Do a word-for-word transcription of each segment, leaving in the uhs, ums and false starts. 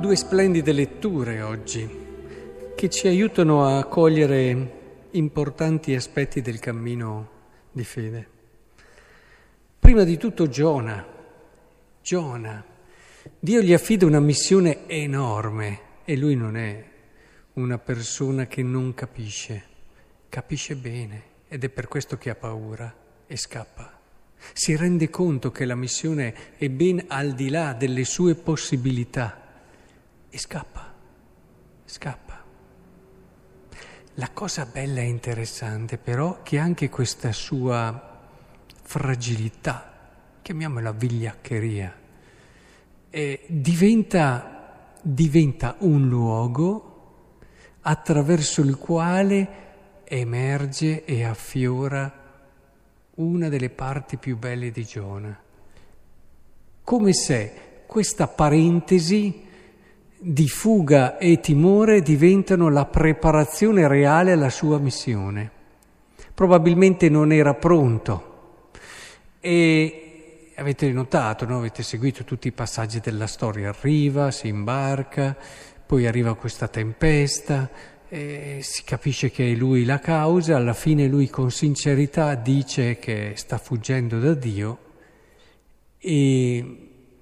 Due splendide letture oggi che ci aiutano a cogliere importanti aspetti del cammino di fede. Prima di tutto Giona. Giona. Dio gli affida una missione enorme e lui non è una persona che non capisce, capisce bene ed è per questo che ha paura e scappa. Si rende conto che la missione è ben al di là delle sue possibilità e scappa, scappa. La cosa bella e interessante però è che anche questa sua fragilità, chiamiamola vigliaccheria, eh, diventa, diventa un luogo attraverso il quale emerge e affiora una delle parti più belle di Giona, come se questa parentesi di fuga e timore diventano la preparazione reale alla sua missione. Probabilmente non era pronto e avete notato, no? Avete seguito tutti i passaggi della storia, arriva, si imbarca, poi arriva questa tempesta, e si capisce che è lui la causa, alla fine lui con sincerità dice che sta fuggendo da Dio e,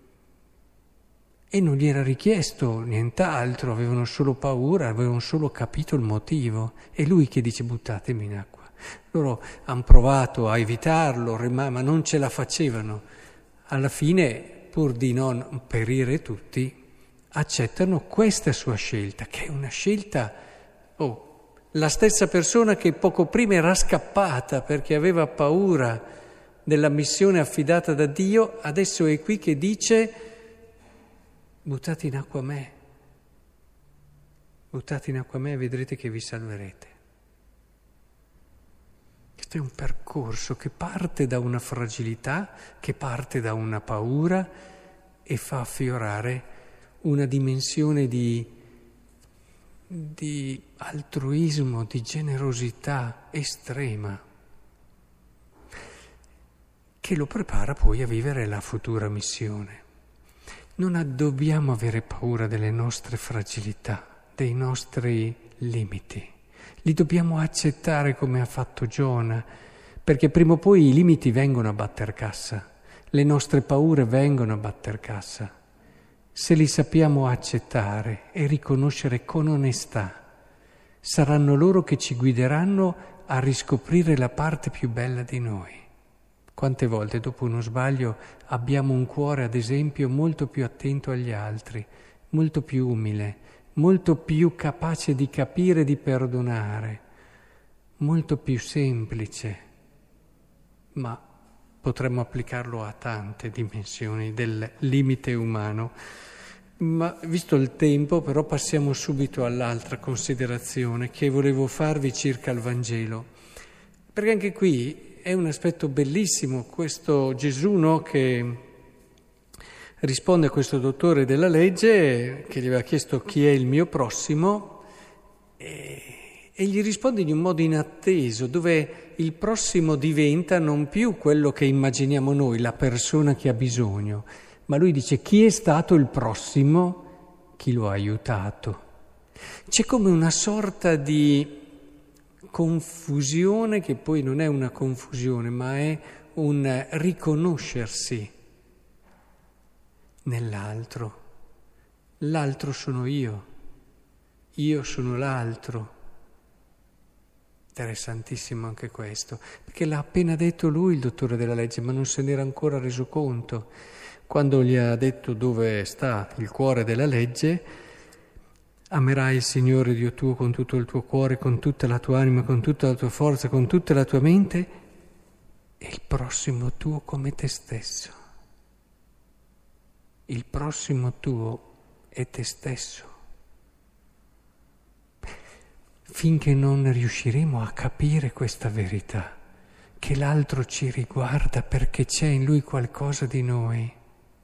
e non gli era richiesto nient'altro, avevano solo paura, avevano solo capito il motivo. E lui che dice buttatemi in acqua. Loro hanno provato a evitarlo, ma non ce la facevano. Alla fine, pur di non perire tutti, accettano questa sua scelta, che è una scelta... Oh, la stessa persona che poco prima era scappata perché aveva paura della missione affidata da Dio, adesso è qui che dice buttate in acqua me, buttate in acqua me e vedrete che vi salverete. Questo è un percorso che parte da una fragilità, che parte da una paura e fa affiorare una dimensione di di altruismo, di generosità estrema, che lo prepara poi a vivere la futura missione. Non dobbiamo avere paura delle nostre fragilità, dei nostri limiti. Li dobbiamo accettare come ha fatto Giona, perché prima o poi i limiti vengono a batter cassa, le nostre paure vengono a batter cassa. Se li sappiamo accettare e riconoscere con onestà, saranno loro che ci guideranno a riscoprire la parte più bella di noi. Quante volte dopo uno sbaglio abbiamo un cuore, ad esempio, molto più attento agli altri, molto più umile, molto più capace di capire e di perdonare, molto più semplice, ma potremmo applicarlo a tante dimensioni del limite umano. Ma visto il tempo, però passiamo subito all'altra considerazione che volevo farvi circa il Vangelo. Perché anche qui è un aspetto bellissimo, questo Gesù, no, che risponde a questo dottore della legge che gli aveva chiesto chi è il mio prossimo e, e gli risponde in un modo inatteso, dove il prossimo diventa non più quello che immaginiamo noi, la persona che ha bisogno, ma lui dice chi è stato il prossimo, chi lo ha aiutato. C'è come una sorta di confusione che poi non è una confusione, ma è un riconoscersi nell'altro. L'altro sono io, io sono l'altro. Interessantissimo anche questo, perché l'ha appena detto lui, il dottore della legge, ma non se n'era ancora reso conto. Quando gli ha detto dove sta il cuore della legge, amerai il Signore Dio tuo con tutto il tuo cuore, con tutta la tua anima, con tutta la tua forza, con tutta la tua mente, e il prossimo tuo come te stesso. Il prossimo tuo è te stesso. Finché non riusciremo a capire questa verità, che l'altro ci riguarda perché c'è in lui qualcosa di noi,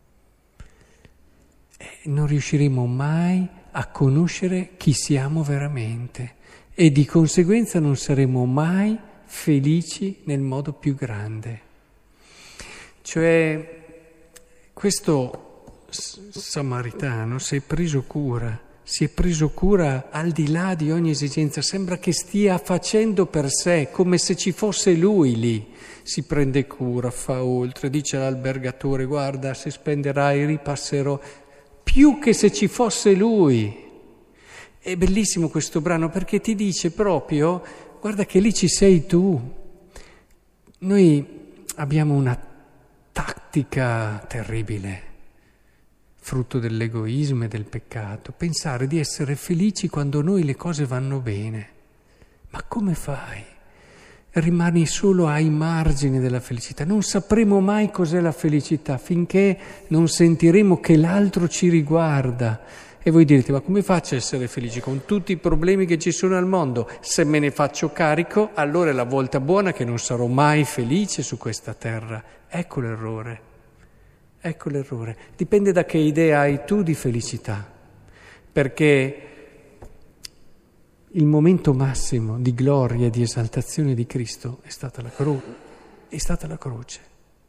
non riusciremo mai a conoscere chi siamo veramente e di conseguenza non saremo mai felici nel modo più grande. Cioè, questo samaritano si è preso cura, si è preso cura al di là di ogni esigenza, sembra che stia facendo per sé, come se ci fosse lui lì. Si prende cura, fa oltre, dice all'albergatore: guarda, se spenderai ripasserò, più che se ci fosse lui. È bellissimo questo brano perché ti dice proprio: guarda che lì ci sei tu. Noi abbiamo una tattica terribile, frutto dell'egoismo e del peccato, pensare di essere felici quando noi le cose vanno bene. Ma come fai? Rimani solo ai margini della felicità. Non sapremo mai cos'è la felicità finché non sentiremo che l'altro ci riguarda. E voi direte: ma come faccio a essere felice con tutti i problemi che ci sono al mondo? Se me ne faccio carico, allora è la volta buona che non sarò mai felice su questa terra. Ecco l'errore. Ecco l'errore. Dipende da che idea hai tu di felicità. Perché il momento massimo di gloria e di esaltazione di Cristo è stata la cro- è stata la croce.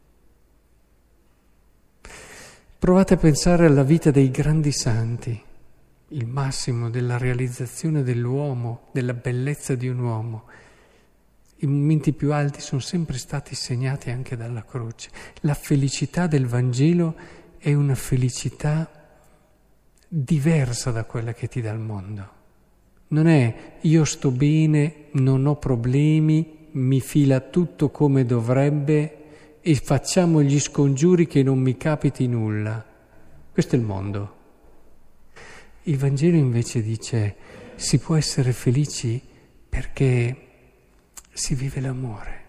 Provate a pensare alla vita dei grandi santi, il massimo della realizzazione dell'uomo, della bellezza di un uomo. I momenti più alti sono sempre stati segnati anche dalla croce. La felicità del Vangelo è una felicità diversa da quella che ti dà il mondo. Non è io sto bene, non ho problemi, mi fila tutto come dovrebbe e facciamo gli scongiuri che non mi capiti nulla. Questo è il mondo. Il Vangelo invece dice: si può essere felici perché si vive l'amore.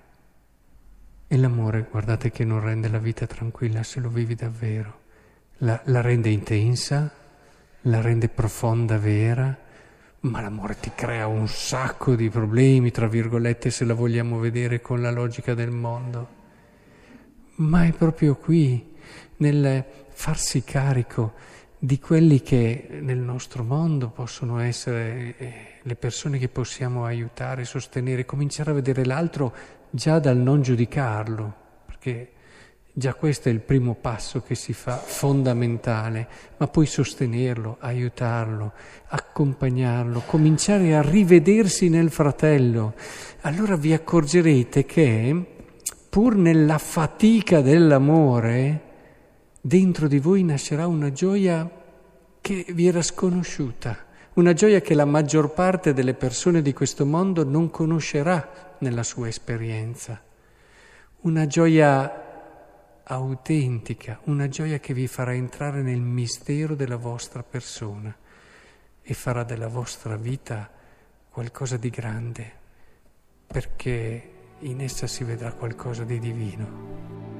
E l'amore, guardate che non rende la vita tranquilla se lo vivi davvero. La, la rende intensa, la rende profonda, vera, ma l'amore ti crea un sacco di problemi, tra virgolette, se la vogliamo vedere con la logica del mondo. Ma è proprio qui, nel farsi carico di quelli che nel nostro mondo possono essere eh, le persone che possiamo aiutare, sostenere, cominciare a vedere l'altro già dal non giudicarlo, perché già questo è il primo passo che si fa, fondamentale, ma poi sostenerlo, aiutarlo, accompagnarlo, cominciare a rivedersi nel fratello. Allora vi accorgerete che pur nella fatica dell'amore, dentro di voi nascerà una gioia che vi era sconosciuta, una gioia che la maggior parte delle persone di questo mondo non conoscerà nella sua esperienza, una gioia autentica, una gioia che vi farà entrare nel mistero della vostra persona e farà della vostra vita qualcosa di grande, perché in essa si vedrà qualcosa di divino.